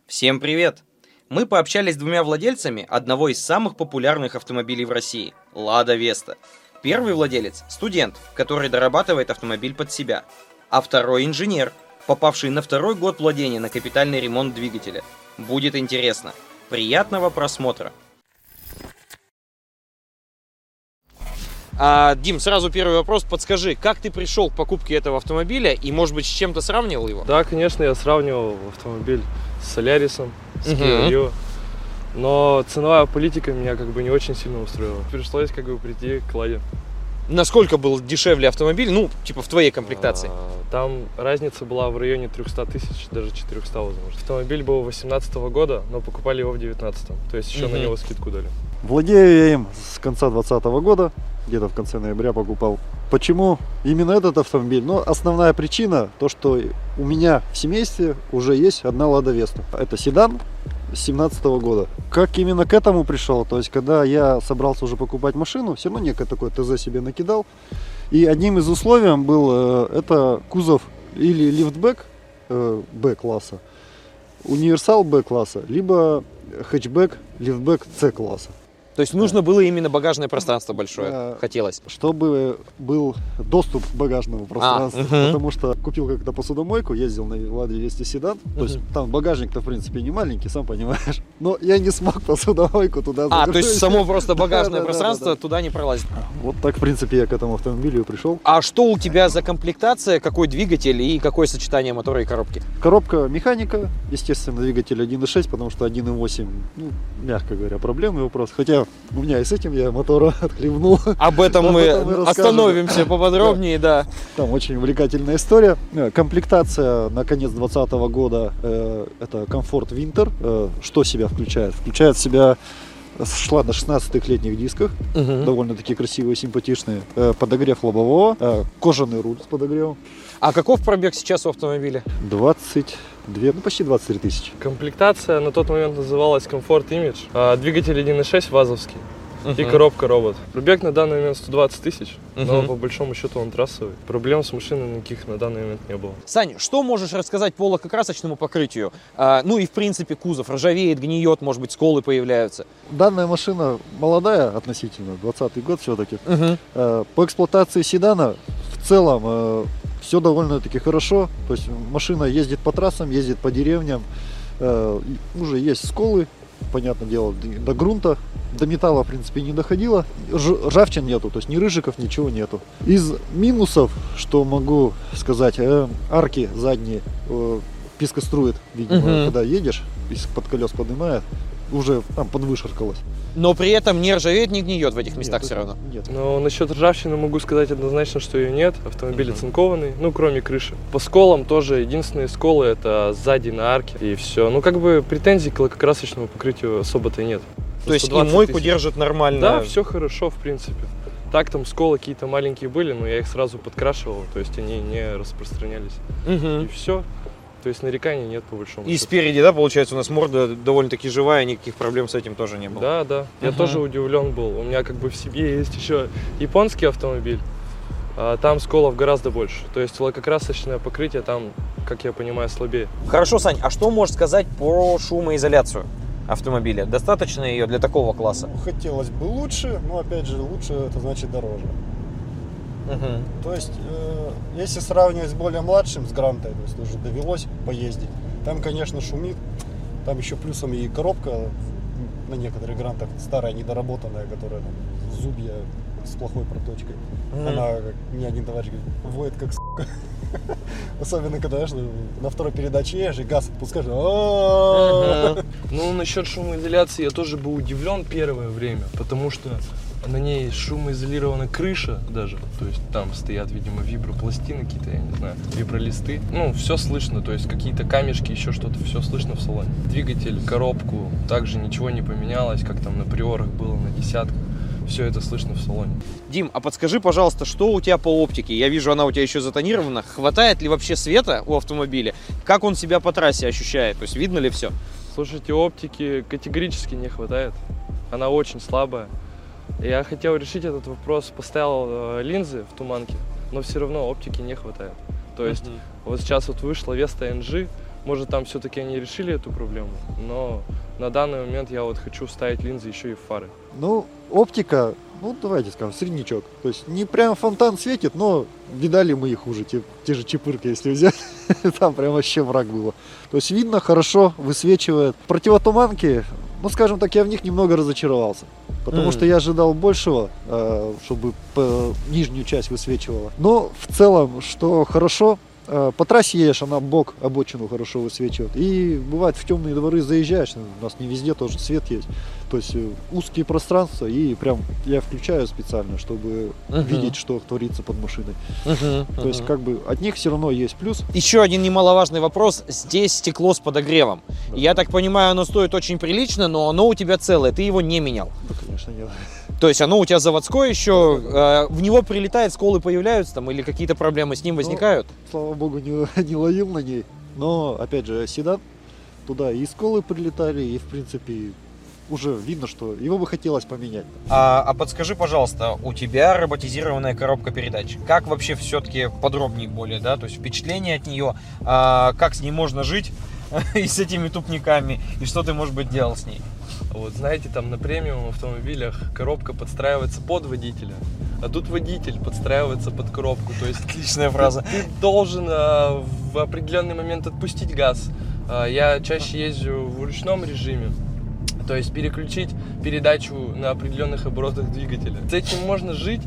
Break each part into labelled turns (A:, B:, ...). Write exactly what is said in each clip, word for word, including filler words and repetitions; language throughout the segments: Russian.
A: Всем привет! Мы пообщались с двумя владельцами одного из самых популярных автомобилей в России – Лада Веста. Первый владелец – студент, который дорабатывает автомобиль под себя, а второй – инженер, попавший на второй год владения на капитальный ремонт двигателя. Будет интересно. Приятного просмотра! А, Дим, сразу первый вопрос. Подскажи, как ты пришел к покупке этого автомобиля и, может быть, с чем-то сравнивал его?
B: Да, конечно, я сравнивал автомобиль с Солярисом, с Kia Rio, но ценовая политика меня как бы не очень сильно устроила. Пришлось как бы прийти к Ладе.
A: Насколько был дешевле автомобиль, ну, типа в твоей комплектации?
B: А, там разница была в районе трёхсот тысяч, даже четырёхсот, возможно. Автомобиль был восемнадцатого года, но покупали его в девятнадцатом, то есть еще mm-hmm. на него скидку дали.
C: Владею я им с конца двадцатого года, где-то в конце ноября покупал. Почему именно этот автомобиль? Ну, основная причина, то что у меня в семействе уже есть одна Лада Веста. Это седан семнадцатого года. Как именно к этому пришел? То есть, когда я собрался уже покупать машину, все равно некое такое ТЗ себе накидал. И одним из условий был э, это кузов или лифтбэк э, Б-класса, универсал Б-класса, либо хэтчбэк, лифтбэк С-класса.
A: То есть нужно было именно багажное пространство большое,
C: да,
A: хотелось.
C: Чтобы был доступ к багажному пространству,
A: а, угу.
C: потому что купил как-то посудомойку, ездил на Ладе Весте седан, угу. то есть там багажник-то в принципе не маленький, сам понимаешь, но я не смог посудомойку туда загрузить.
A: А, то есть само просто багажное
C: да,
A: пространство
C: да, да, да.
A: туда не пролазит.
C: Вот так в принципе я к этому автомобилю и пришел.
A: А что у тебя за комплектация, какой двигатель и какое сочетание мотора и коробки?
C: Коробка механика, естественно, двигатель один и шесть, потому что один и восемь, ну, мягко говоря, проблемный вопрос, хотя у меня и с этим я мотора отхлебнул.
A: Об этом мы, этом мы остановимся поподробнее, да. да.
C: Там очень увлекательная история. Комплектация на конец двадцатого года э, это комфорт Winter. Э, что себя включает? Включает в себя, шла на шестнадцатых летних дисках, угу. довольно-таки красивые, симпатичные. Э, подогрев лобового, э, кожаный руль с подогревом.
A: А каков пробег сейчас у автомобиля?
C: двадцать две, ну почти двадцать три тысячи.
B: Комплектация на тот момент называлась Comfort Image. А двигатель один и шесть вазовский. Uh-huh. И коробка робот. Пробег на данный момент сто двадцать тысяч, uh-huh. но по большому счету он трассовый. Проблем с машиной никаких на данный момент не было.
A: Сань, что можешь рассказать по лакокрасочному покрытию? А, ну и в принципе кузов ржавеет, гниет, может быть сколы появляются.
C: Данная машина молодая относительно, двадцатый год все-таки. Uh-huh. А, по эксплуатации седана в целом а, все довольно-таки хорошо. То есть машина ездит по трассам, ездит по деревням. А, уже есть сколы, понятное дело, до грунта. До металла, в принципе, не доходило. Ржавчин нету, то есть ни рыжиков, ничего нету. Из минусов, что могу сказать, э, арки задние э, пескоструит, видимо, угу. когда едешь, из-под колес поднимает, уже там подвышеркалось.
A: Но при этом не ржавеет, не гниет в этих местах
C: нет,
A: все равно?
C: Нет.
B: Но насчет ржавчины могу сказать однозначно, что ее нет. Автомобиль оцинкованный, ну, кроме крыши. По сколам тоже единственные сколы это сзади на арке и все. Ну, как бы претензий к лакокрасочному покрытию особо-то нет.
A: То есть и мойку тысяч. Держит нормально?
B: Да, все хорошо, в принципе. Так, там сколы какие-то маленькие были, но я их сразу подкрашивал, то есть они не распространялись. Угу. И все. То есть нареканий нет по большому
A: И
B: счету.
A: спереди, да, получается, у нас морда довольно-таки живая, никаких проблем с этим тоже не было?
B: Да, да. Я угу. тоже удивлен был. У меня как бы в семье есть еще японский автомобиль, а там сколов гораздо больше. То есть лакокрасочное покрытие там, как я понимаю, слабее.
A: Хорошо, Сань, а что можешь сказать про шумоизоляцию автомобиля? Достаточно ее для такого класса?
D: Хотелось бы лучше, но опять же лучше это значит дороже. Угу. То есть, э, если сравнивать с более младшим, с Грантой, то есть уже довелось поездить, там, конечно, шумит. Там еще плюсом и коробка на некоторых Грантах старая, недоработанная, которая там зубья с плохой проточкой. Угу. Она, как мне один товарищ говорит, воет как сука. Особенно, когда на второй передаче едешь и газ отпускаешь.
B: Ну, насчет шумоизоляции я тоже был удивлен первое время, потому что на ней шумоизолирована крыша даже, то есть там стоят, видимо, вибропластины какие-то, я не знаю, вибролисты. Ну, все слышно, то есть какие-то камешки, еще что-то, все слышно в салоне. Двигатель, коробку, также ничего не поменялось, как там на приорах было, на десятках. Все это слышно в салоне.
A: Дим, а подскажи, пожалуйста, что у тебя по оптике? Я вижу, она у тебя еще затонирована. Хватает ли вообще света у автомобиля? Как он себя по трассе ощущает? То есть видно ли все?
B: Слушайте, оптики категорически не хватает. Она очень слабая. Я хотел решить этот вопрос, поставил э, линзы в туманке, но все равно оптики не хватает. То есть uh-huh. вот сейчас вот вышла Веста эн джи, может там все-таки они решили эту проблему, но на данный момент я вот хочу ставить линзы еще и в фары.
C: Ну, оптика, ну давайте скажем, среднячок. То есть не прям фонтан светит, но видали мы их уже, те, те же чепырки, если взять, там прям вообще враг было. То есть видно, хорошо, высвечивает. Противотуманки, ну скажем так, я в них немного разочаровался. Потому mm. что я ожидал большего, чтобы нижнюю часть высвечивала. Но в целом, что хорошо, по трассе едешь, она бок, обочину хорошо высвечивает. И бывает в темные дворы заезжаешь, у нас не везде тоже свет есть. То есть узкие пространства, и прям я включаю специально, чтобы uh-huh. видеть, что творится под машиной. Uh-huh. Uh-huh. То есть как бы от них все равно есть плюс.
A: Еще один немаловажный вопрос. Здесь стекло с подогревом. Да. Я так понимаю, оно стоит очень прилично, но оно у тебя целое, ты его не менял?
C: Да, конечно, нет.
A: То есть оно у тебя заводское еще, э, в него прилетает, сколы появляются там или какие-то проблемы с ним возникают?
C: Ну, слава богу, не, не ловил на ней. Но, опять же, седан, туда и сколы прилетали, и, в принципе, уже видно, что его бы хотелось поменять.
A: А, а подскажи, пожалуйста, у тебя роботизированная коробка передач. Как вообще все-таки подробнее более, да? То есть впечатление от нее, а, как с ней можно жить и с этими тупниками, и что ты, может быть, делал с ней?
B: Вот знаете, там на премиум автомобилях коробка подстраивается под водителя, а тут водитель подстраивается под коробку. То есть
A: отличная фраза.
B: Ты, ты должен а, в определенный момент отпустить газ. А, я чаще езжу в ручном режиме, то есть переключить передачу на определенных оборотах двигателя. С этим можно жить,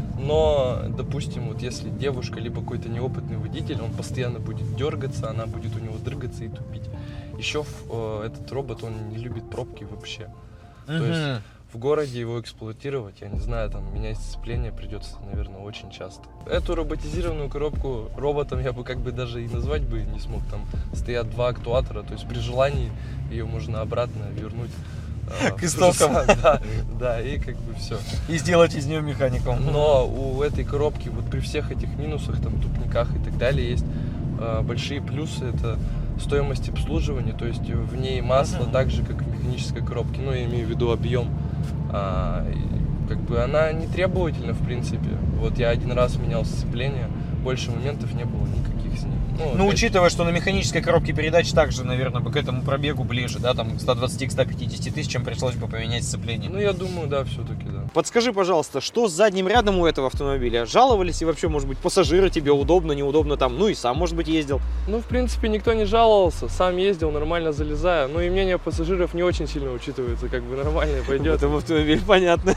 B: но, допустим, вот если девушка либо какой-то неопытный водитель, он постоянно будет дергаться, она будет у него дрыгаться и тупить. Еще э, этот робот, он не любит пробки вообще. Mm-hmm. То есть в городе его эксплуатировать, я не знаю, там менять сцепление придется, наверное, очень часто. Эту роботизированную коробку роботом я бы как бы даже и назвать бы не смог. Там стоят два актуатора, то есть при желании ее можно обратно вернуть.
A: К истокам.
B: Да, да, и как бы все.
A: И сделать из нее механиком.
B: Но у этой коробки, вот при всех этих минусах, там, тупниках и так далее, есть э, большие плюсы. Это стоимость обслуживания, то есть в ней масло uh-huh. так же, как в механической коробке, ну, я имею в виду объем. А, и, как бы она не требовательна, в принципе. Вот я один раз менял сцепление, больше моментов не было никаких с ней.
A: Ну, ну учитывая, что на механической коробке передач также, наверное, бы к этому пробегу ближе, да, там к ста двадцати - ста пятидесяти тысячам пришлось бы поменять сцепление.
B: Ну, я думаю, да, все-таки, да.
A: Подскажи, пожалуйста, что с задним рядом у этого автомобиля? Жаловались и вообще, может быть, пассажиры тебе удобно, неудобно там, ну и сам, может быть, ездил?
B: Ну, в принципе, никто не жаловался, сам ездил, нормально залезая, ну и мнение пассажиров не очень сильно учитывается, как бы нормально пойдет.
A: Это автомобиль, понятно.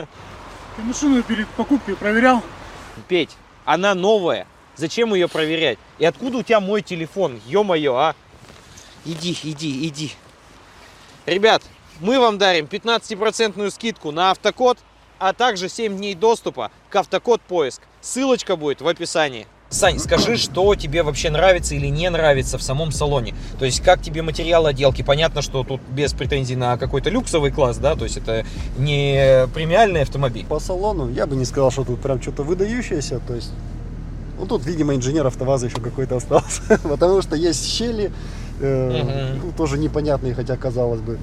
E: Ты машину перед покупкой проверял?
A: Петь, она новая. Зачем ее проверять? И откуда у тебя мой телефон? Ё-моё, а? Иди, иди, иди. Ребят, мы вам дарим пятнадцатипроцентную скидку на автокод, а также семь дней доступа к автокод поиск. Ссылочка будет в описании. Сань, скажи, что тебе вообще нравится или не нравится в самом салоне. То есть, как тебе материал отделки? Понятно, что тут без претензий на какой-то люксовый класс, да? То есть, это не премиальный автомобиль.
D: По салону я бы не сказал, что тут прям что-то выдающееся. То есть, ну тут, видимо, инженер АвтоВАЗа еще какой-то остался. Потому что есть щели, э, угу. ну, тоже непонятные, хотя казалось бы.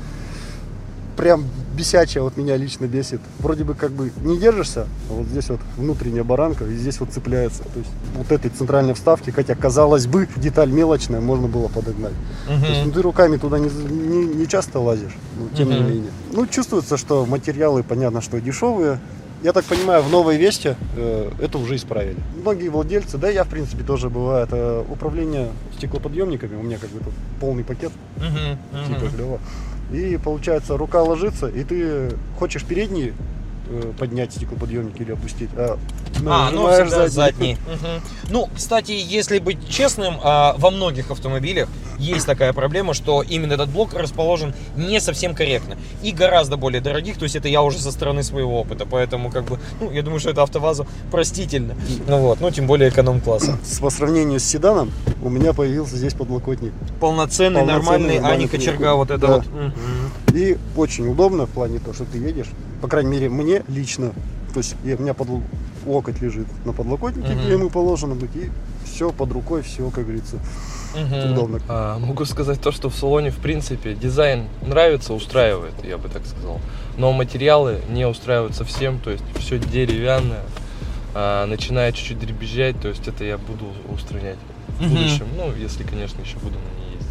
D: Прям бесячая, вот меня лично бесит. Вроде бы как бы не держишься, а вот здесь вот внутренняя баранка, и здесь вот цепляется. То есть вот этой центральной вставки, хотя казалось бы, деталь мелочная, можно было подогнать. Uh-huh. То есть, ну, ты руками туда не, не, не часто лазишь, но тем uh-huh. не менее. Ну, чувствуется, что материалы, понятно, что дешевые. Я так понимаю, в новой Весте э, это уже исправили. Многие владельцы, да, я в принципе тоже бывает, э, управление стеклоподъемниками, у меня как бы тут полный пакет, uh-huh. Uh-huh. типа клево. И получается, рука ложится, и ты хочешь передний э, поднять стеклоподъемник или опустить, а,
A: а ну всегда задний. Угу. Ну, кстати, если быть честным, а, во многих автомобилях есть такая проблема, что именно этот блок расположен не совсем корректно и гораздо более дорогих, то есть это я уже со стороны своего опыта, поэтому как бы, ну, я думаю, что это АвтоВАЗу простительно, ну вот, ну тем более эконом-класса.
D: По сравнению с седаном у меня появился здесь подлокотник.
A: Полноценный, Полноценный нормальный, а не кочерга вот это
D: да.
A: вот. Угу.
D: И очень удобно в плане того, что ты едешь, по крайней мере мне лично, то есть я, у меня под локоть лежит на подлокотнике, uh-huh. где ему положено быть, и все под рукой, все, как говорится, uh-huh. удобно.
B: А, могу сказать то, что в салоне, в принципе, дизайн нравится, устраивает, я бы так сказал, но материалы не устраивают совсем, то есть все деревянное, а, начинает чуть-чуть дребезжать, то есть это я буду устранять в uh-huh. будущем, ну, если, конечно, еще буду на ней ездить.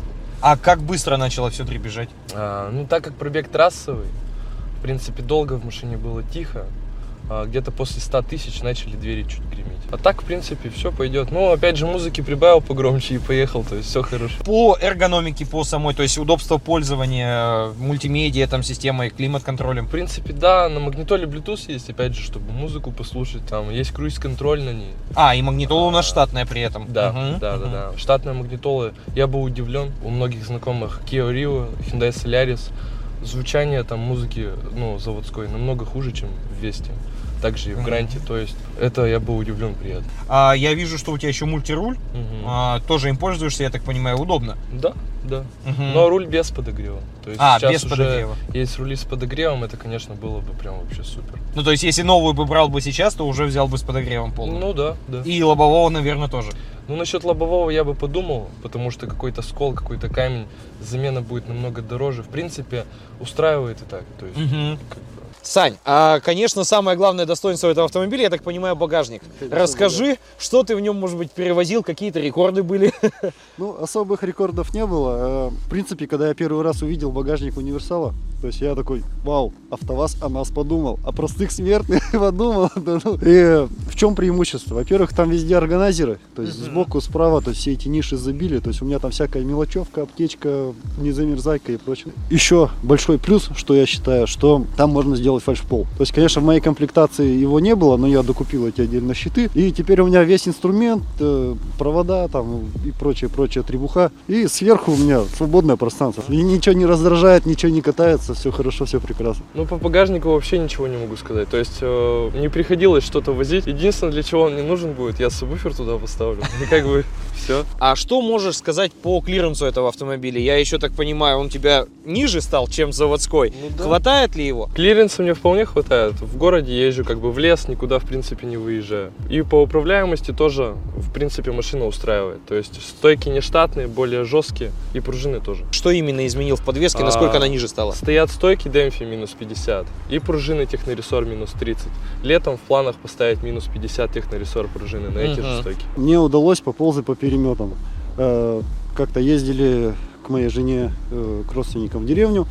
A: А как быстро начало все дребезжать?
B: А, ну, так как пробег трассовый, в принципе, долго в машине было тихо. А где-то после ста тысяч начали двери чуть греметь. А так, в принципе, все пойдет. Ну, опять же, музыки прибавил погромче и поехал, то есть все хорошо.
A: По эргономике, по самой, то есть удобство пользования, мультимедиа, там, системой, климат-контролем.
B: В принципе, да, на магнитоле Bluetooth есть, опять же, чтобы музыку послушать, там, есть круиз-контроль на ней.
A: А, и магнитола у нас штатная при этом.
B: Да,
A: Угу,
B: да,
A: угу.
B: да, да. Штатная магнитола, я был удивлен, у многих знакомых Kia Rio, Hyundai Solaris, звучание там музыки, ну, заводской намного хуже, чем в Весте. Также и в Гранте, то есть это я был удивлен приятно.
A: А, я вижу, что у тебя еще мультируль,
B: Угу.
A: а, тоже им пользуешься, я так понимаю, удобно.
B: Да, да.
A: Мгм.
B: Но руль без подогрева. То есть
A: А,
B: сейчас
A: без
B: уже
A: подогрева.
B: есть рули с подогревом, это, конечно, было бы прям вообще супер.
A: Ну, то есть, если новую бы брал бы сейчас, то уже взял бы с подогревом полным.
B: Ну да, да.
A: И лобового, наверное, тоже.
B: Ну, насчет лобового я бы подумал, потому что какой-то скол, какой-то камень, замена будет намного дороже. В принципе, устраивает и так. То есть,
A: Мгм.
B: как бы,
A: Сань, а, конечно, самое главное достоинство этого автомобиля, я так понимаю, багажник. Расскажи, что ты в нем, может быть, перевозил, какие-то рекорды были?
C: Ну, особых рекордов не было. Э, В принципе, когда я первый раз увидел багажник универсала, то есть я такой, вау, АвтоВАЗ о нас подумал, о простых смертных подумал. Да ну. И в чем преимущество? Во-первых, там везде органайзеры, то есть сбоку, справа, то есть все эти ниши забили, то есть у меня там всякая мелочевка, аптечка, незамерзайка и прочее. Еще большой плюс, что я считаю, что там можно сделать фальшпол. То есть, конечно, в моей комплектации его не было, но я докупил эти отдельно щиты, и теперь у меня весь инструмент, э, провода там и прочее-прочее требуха, и сверху у меня свободное пространство. И ничего не раздражает, ничего не катается, все хорошо, все прекрасно.
B: ну, по багажнику вообще ничего не могу сказать. То есть, э, не приходилось что-то возить. Единственное, для чего он мне нужен будет, я сабвуфер туда поставлю. И как бы все.
A: А что можешь сказать по клиренсу этого автомобиля? Я еще так понимаю, он у тебя ниже стал, чем заводской.
B: Ну да.
A: Хватает ли его?
B: Клиренса мне вполне хватает. В городе езжу как бы в лес, никуда в принципе не выезжаю. И по управляемости тоже в принципе машина устраивает. То есть стойки не штатные, более жесткие, и пружины тоже.
A: Что именно изменил в подвеске, насколько
B: А,
A: она ниже стала?
B: Стоят стойки Демпфи минус пятьдесят и пружины Техноресор минус тридцать. Летом в планах поставить минус пятьдесят Техноресор пружины на эти
A: Мгм.
B: же стойки.
C: Мне удалось поползать по переметам. Э, Как-то ездили к моей жене, э, к родственникам в деревню,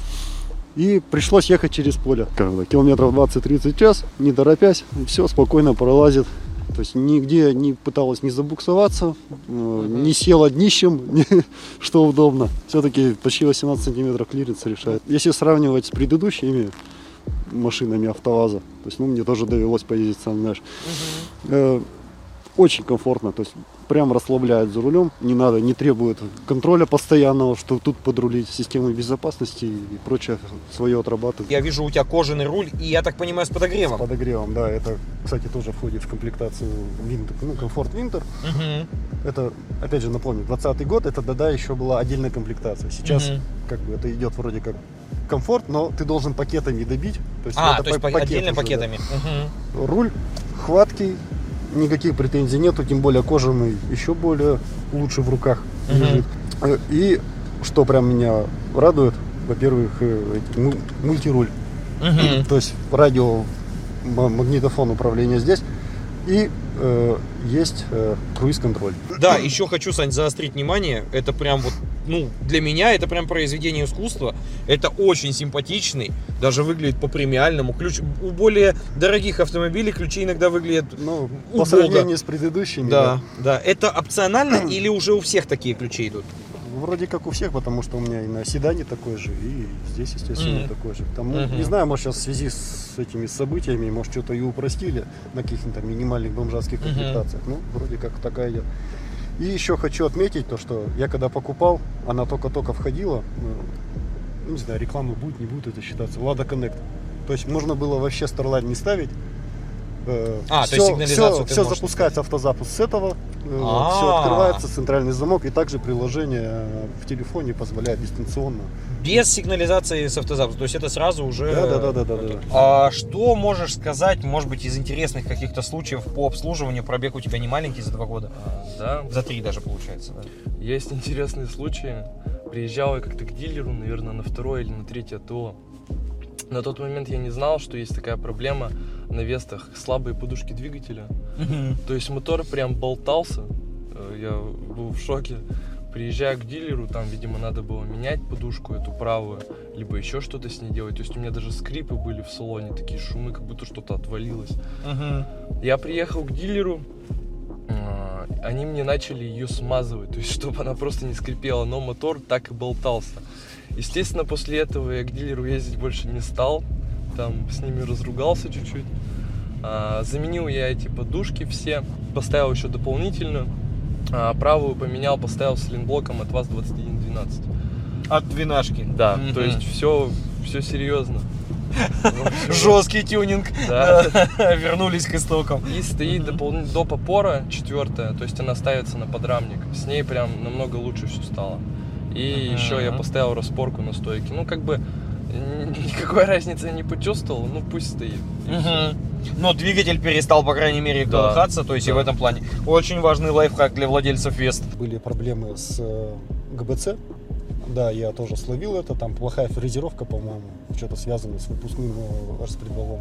C: и пришлось ехать через поле. Как бы километров двадцать-тридцать в час, не торопясь, все спокойно пролазит. То есть нигде не пыталась не забуксоваться, э, не села днищем, что удобно. Все-таки почти восемнадцать сантиметров клиренс решает. Если сравнивать с предыдущими машинами АвтоВАЗа, то есть, ну, мне тоже довелось поездить, сам знаешь, э, очень комфортно, то есть прям расслабляет за рулем, не надо, не требует контроля постоянного, что тут подрулить, системы безопасности и прочее свое отрабатывает.
A: Я вижу, у тебя кожаный руль, и я так понимаю, с
C: С
A: подогревом.
C: подогревом, да, это, кстати, тоже входит в комплектацию Winter, ну, комфорт Winter.
A: Мгм.
C: Это, опять же, напомню, двадцатый год, это тогда еще была отдельная комплектация. Сейчас
A: Мгм.
C: как бы это идет вроде как комфорт, но ты должен пакетами добить. То есть
A: А,
C: это
A: то есть
C: па-
A: по-
C: пакет
A: отдельно
C: уже, да.
A: пакетами. Мгм.
C: Руль хваткий, никаких претензий нету, тем более кожаный еще более лучше в руках
A: Мгм.
C: лежит. Э, И что прям меня радует, во-первых, э, эти му- мультируль,
A: Мгм.
C: то есть радио, м- магнитофон управления здесь, и э, есть э, круиз-контроль.
A: Да, еще хочу, Сань, заострить внимание. Это прям вот, ну, для меня это прям произведение искусства. Это очень симпатичный, даже выглядит по-премиальному. Ключ у более дорогих автомобилей ключи иногда выглядят.
C: Ну,
A: Убого.
C: по сравнению с предыдущими,
A: Да, да. Это опционально или уже у всех такие ключи идут?
C: вроде как у всех, потому что у меня и на седане такой же, и здесь, естественно,
A: Мгм.
C: такой же. Там, ну,
A: Мгм.
C: не знаю, может, сейчас в связи с этими событиями, может, что-то и упростили на каких-то минимальных бомжатских
A: Мгм.
C: комплектациях. Ну, вроде как такая идет. И еще хочу отметить то, что я когда покупал, она только-только входила, ну, не знаю, реклама будет, не будет это считаться, Lada Connect. То есть можно было вообще Starline не ставить.
A: А, то есть сигнализацию ты
C: все
A: можешь
C: запускается, автозапуск с этого,
A: А.
C: все открывается, центральный замок, и также приложение в телефоне позволяет дистанционно.
A: Без сигнализации с автозапуском. То есть это сразу уже...
C: Да, да, да, да, да, да.
A: А что можешь сказать, может быть, из интересных каких-то случаев по обслуживанию? Пробег у тебя не маленький за два года.
B: Да,
A: За три даже получается. Да?
B: есть интересные случаи. Приезжал я как-то к дилеру, наверное, на второе или на третье ТО. На тот момент я не знал, что есть такая проблема на Вестах. Слабые подушки двигателя. То есть мотор прям болтался. Э, Я был в шоке. приезжаю к дилеру, там, видимо, надо было менять подушку эту правую, либо еще что-то с ней делать. То есть у меня даже скрипы были в салоне, такие шумы, как будто что-то отвалилось. Uh-huh. Я приехал к дилеру, они мне начали ее смазывать, то есть чтобы она просто не скрипела, но мотор так и болтался. Естественно, после этого я к дилеру ездить больше не стал, там с ними разругался чуть-чуть. А, заменил я эти подушки все, поставил еще дополнительную, а, правую поменял, поставил с линблоком от ВАЗ двадцать один двенадцать.
A: От двенашки?
B: Да, mm-hmm. То есть все, все серьезно.
A: Жесткий тюнинг.
B: Да.
A: Вернулись к истокам.
B: И стоит допол- доп. Опора четвертая, то есть она ставится на подрамник. С ней прям намного лучше все стало. И uh-huh. еще я поставил распорку на стойке. Ну, как бы никакой разницы я не почувствовал, ну пусть стоит.
A: Uh-huh. Но двигатель перестал, по крайней мере, колыхаться, да. То есть да. И в этом плане очень важный лайфхак для владельцев Вест.
D: Были проблемы с ГБЦ. Да, я тоже словил это, там плохая фрезеровка, по-моему, что-то связано с выпускным распредвалом.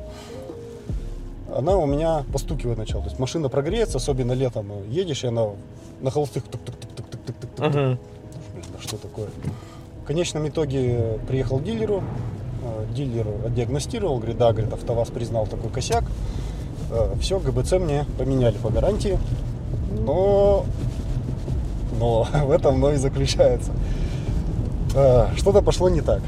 D: Она у меня постукивает начала, то есть машина прогреется, особенно летом едешь, и она на холостых тук-тук-тук-тук-тук-тук-тук. Uh-huh. Что такое? В конечном итоге приехал к дилеру, дилер диагностировал, говорит, да, говорит, АвтоВАЗ признал такой косяк, все, ГБЦ мне поменяли по гарантии, но, но в этом оно и заключается. Что-то пошло не так.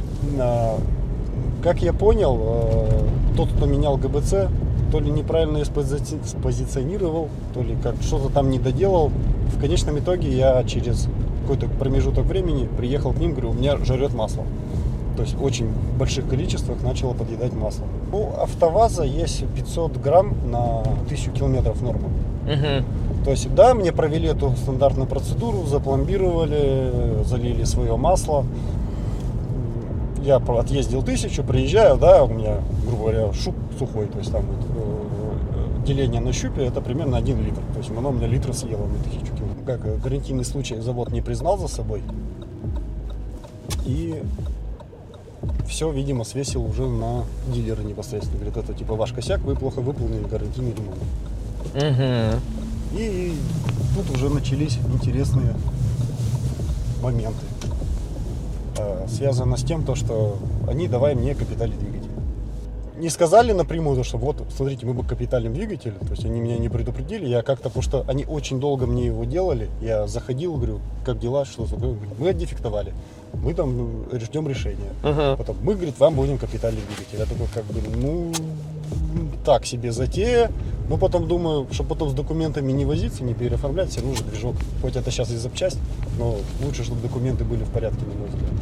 D: Как я понял, тот, кто менял ГБЦ, то ли неправильно ее спози- спозиционировал, то ли как что-то там не доделал. В конечном итоге я через какой-то промежуток времени приехал к ним, говорю, у меня жрет масло. То есть в очень больших количествах начало подъедать масло. У АвтоВАЗа есть пятьсот грамм на тысячу километров норма. Uh-huh. То есть, да, мне провели эту стандартную процедуру, запломбировали, залили свое масло. Я отъездил тысячу, приезжаю, да, у меня, грубо говоря, шуп сухой, то есть там вот, э, деление на щупе, это примерно один литр. То есть оно у меня литр съело на тысячу километров. Как гарантийный случай завод не признал за собой. И все, видимо, свесил уже на дилера непосредственно. Говорит, это типа ваш косяк, вы плохо выполнили гарантийный ремонт.
A: Uh-huh.
D: И тут уже начались интересные моменты. Связано с тем, то, что они давай мне капиталить двигатель. Не сказали напрямую, что вот, смотрите, мы бы капиталим двигатель, то есть они меня не предупредили, я как-то, потому что они очень долго мне его делали, я заходил, говорю, как дела, что такое, мы отдефектовали, мы там ждем решения. Uh-huh. Потом мы, говорит, вам будем капиталить двигатель. Я такой, как бы, ну, так себе затея, но потом думаю, чтобы потом с документами не возиться, не переоформлять, все нужен движок. Хоть это сейчас и запчасть, но лучше, чтобы документы были в порядке, на мой взгляд.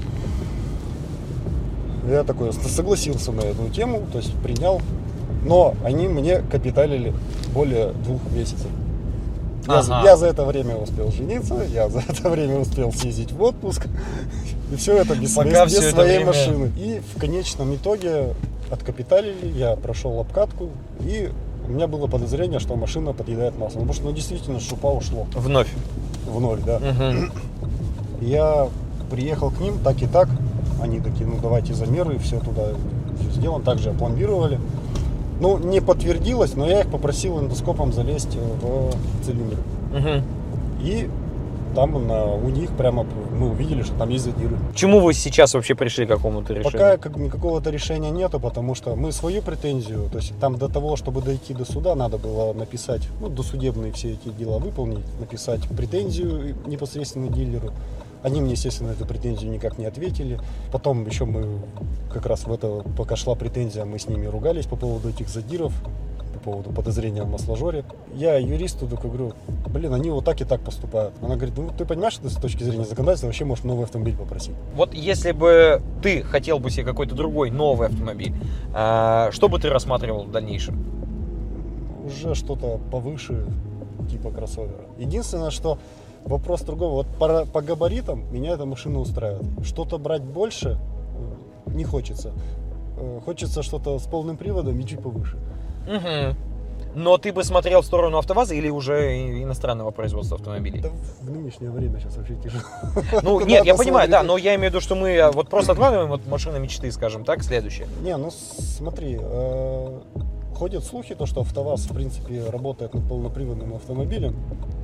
D: Я такой согласился на эту тему, то есть принял, но они мне капиталили более двух месяцев. Ага. Я, я за это время успел жениться, я за это время успел съездить в отпуск, и все это без, без, без все своей это машины. И в конечном итоге откапиталили, я прошел обкатку, и у меня было подозрение, что машина подъедает масло. Потому что ну, действительно шупа ушло.
A: Вновь?
D: Вновь, да. Угу. Я приехал к ним, так и так. Они такие, ну давайте замеры, все туда все сделано. Также опломбировали. Ну, не подтвердилось, но я их попросил эндоскопом залезть в цилиндр. Угу. И там на, у них прямо мы увидели, что там есть задиры.
A: Чему вы сейчас вообще пришли к какому-то решению?
D: Пока как, никакого-то решения нету, потому что мы свою претензию, то есть там до того, чтобы дойти до суда, надо было написать, ну, досудебные все эти дела выполнить, написать претензию непосредственно дилеру. Они мне, естественно, эту претензию никак не ответили. Потом еще мы как раз в это, пока шла претензия, мы с ними ругались по поводу этих задиров, по поводу подозрения в масложоре. Я юристу такой говорю, блин, они вот так и так поступают. Она говорит, ну ты понимаешь, что с точки зрения законодательства вообще можешь новый автомобиль попросить.
A: Вот если бы ты хотел бы себе какой-то другой новый автомобиль, что бы ты рассматривал в дальнейшем?
D: Уже что-то повыше, типа кроссовера. Единственное, что вопрос другого. Вот по, по габаритам меня эта машина устраивает. Что-то брать больше не хочется. Хочется что-то с полным приводом и чуть повыше.
A: Угу. Но ты бы смотрел в сторону АвтоВАЗа или уже иностранного производства автомобилей?
D: Да в нынешнее время сейчас вообще тяжело.
A: Ну нет, я понимаю, да, но я имею в виду, что мы вот просто откладываем вот машина мечты, скажем так, следующее.
D: Не, ну смотри, ходят слухи, то, что АвтоВАЗ в принципе работает над полноприводным автомобилем.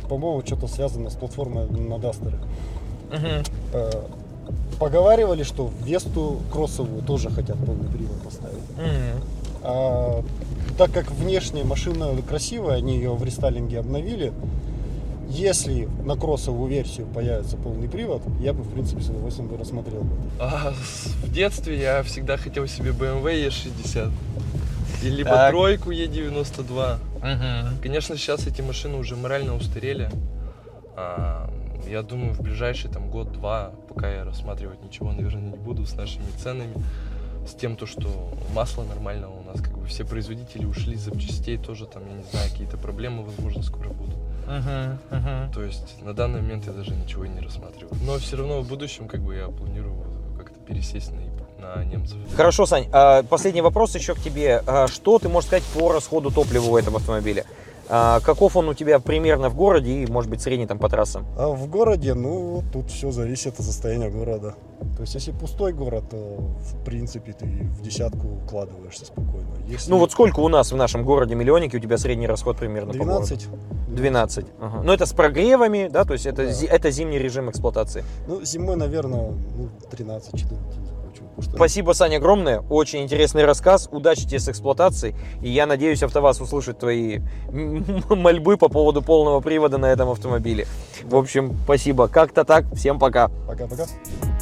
D: по-моему, что-то связано с платформой на Дастере.
A: Угу.
D: Э, поговаривали, что Весту кроссовую тоже хотят полный привод поставить.
A: Угу.
D: А, так как внешне машина красивая, они ее в рестайлинге обновили, если на кроссовую версию появится полный привод, я бы, в принципе, с удовольствием бы рассмотрел бы.
B: А, в детстве я всегда хотел себе бэ эм вэ и шестьдесят. И либо
A: Так.
B: тройку и девяносто два.
A: Угу.
B: Конечно, сейчас эти машины уже морально устарели. А, я думаю, в ближайший там год-два, пока я рассматривать ничего, наверное, не буду с нашими ценами, с тем, то, что масло нормально у нас, как бы все производители ушли с запчастей, тоже там, я не знаю, какие-то проблемы, возможно, скоро будут.
A: Угу. Угу.
B: То есть на данный момент я даже ничего и не рассматриваю. Но все равно в будущем, как бы, я планирую как-то пересесть на, на немцев.
A: Хорошо, Сань, а, последний вопрос еще к тебе. А, что ты можешь сказать по расходу топлива у этого автомобиля? А, каков он у тебя примерно в городе и, может быть, средний там по трассам?
D: А в городе, ну, тут все зависит от состояния города. То есть, если пустой город, то, в принципе, ты в десятку укладываешься спокойно. Если
A: Ну вот сколько у нас в нашем городе миллионнике у тебя средний расход примерно по городу?
D: двенадцать.
A: двенадцать. Ага. Ну это с прогревами, да, то есть это,
D: Да.
A: зи- это зимний режим эксплуатации.
D: Ну, зимой, наверное, ну, тринадцать-четырнадцать.
A: Спасибо, Саня, огромное. Очень интересный рассказ. Удачи тебе с эксплуатацией. И я надеюсь, АвтоВАЗ услышит твои мольбы по поводу полного привода на этом автомобиле. В общем, спасибо. Как-то так. Всем пока.
D: Пока-пока.